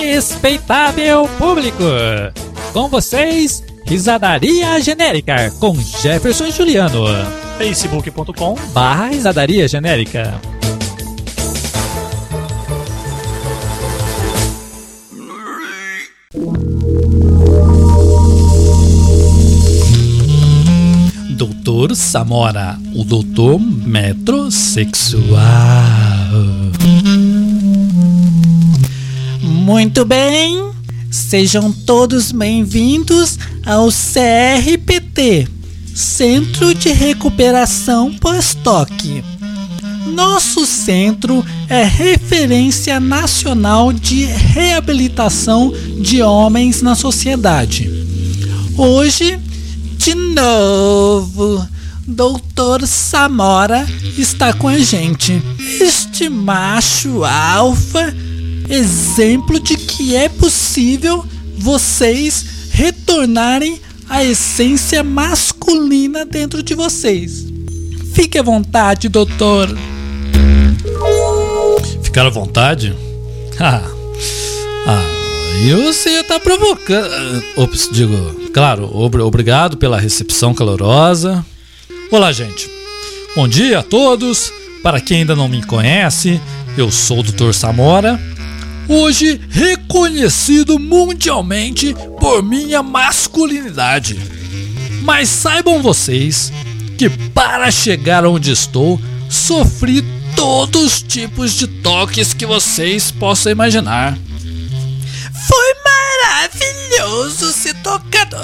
Respeitável público, com vocês, Risadaria Genérica com Jefferson e Juliano. Facebook.com/Risadaria Genérica. Doutor Samora, o doutor metrosexual. Muito bem, sejam todos bem-vindos ao CRPT, Centro de Recuperação Pós-Toque. Nosso centro é referência nacional de reabilitação de homens na sociedade. Hoje, de novo, Dr. Samora está com a gente. Este macho alfa, exemplo de que é possível vocês retornarem à essência masculina dentro de vocês. Fique à vontade, doutor. Ficar à vontade? E você tá provocando. Claro, obrigado pela recepção calorosa. Olá, gente. Bom dia a todos. Para quem ainda não me conhece, eu sou o Dr. Samora. Hoje reconhecido mundialmente por minha masculinidade. Mas saibam vocês que para chegar onde estou, sofri todos os tipos de toques que vocês possam imaginar. Foi maravilhoso ser tocado.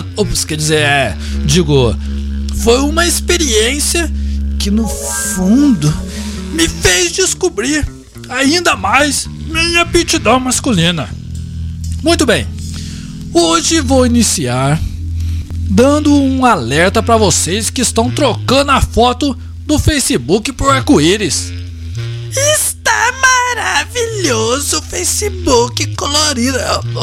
Foi uma experiência que no fundo me fez descobrir ainda mais minha aptidão masculina. Muito bem, hoje vou iniciar dando um alerta para vocês que estão trocando a foto do Facebook por arco-íris. Está maravilhoso o Facebook colorido.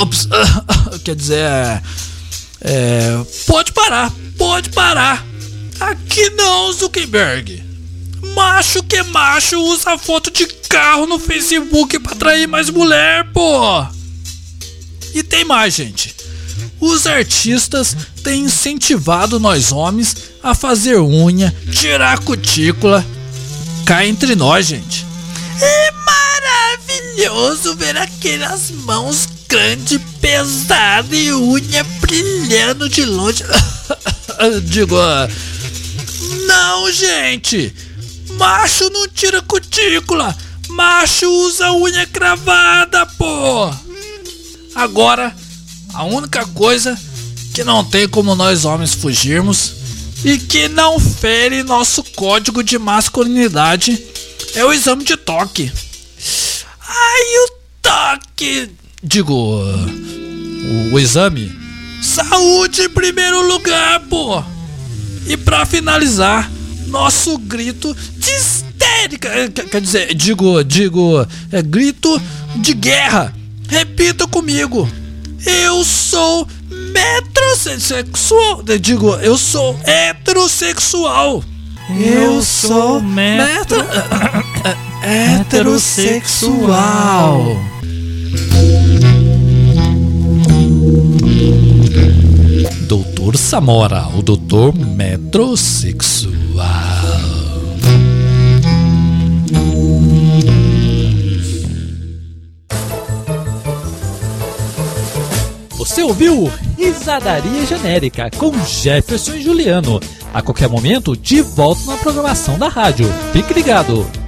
Pode parar. Aqui não, Zuckerberg. Macho que é macho usa foto de carro no Facebook pra atrair mais mulher, pô. E tem mais, gente. Os artistas têm incentivado nós homens a fazer unha, tirar cutícula. Cá entre nós, gente. É maravilhoso ver aquelas mãos grandes, pesadas e unha brilhando de longe. Não, gente. Macho não tira cutícula. Macho usa unha cravada, pô. Agora, a única coisa que não tem como nós homens fugirmos e que não fere nosso código de masculinidade é o exame de toque. Ai, o toque. O exame. Saúde em primeiro lugar, pô. E pra finalizar, nosso grito de histérica, grito de guerra. Repita comigo. Eu sou metrosexual. Eu sou heterossexual. Eu sou heterossexual. Doutor Samora, o doutor metrosexual. Você ouviu Risadaria Genérica com Jefferson e Juliano. A qualquer momento, de volta na programação da rádio. Fique ligado.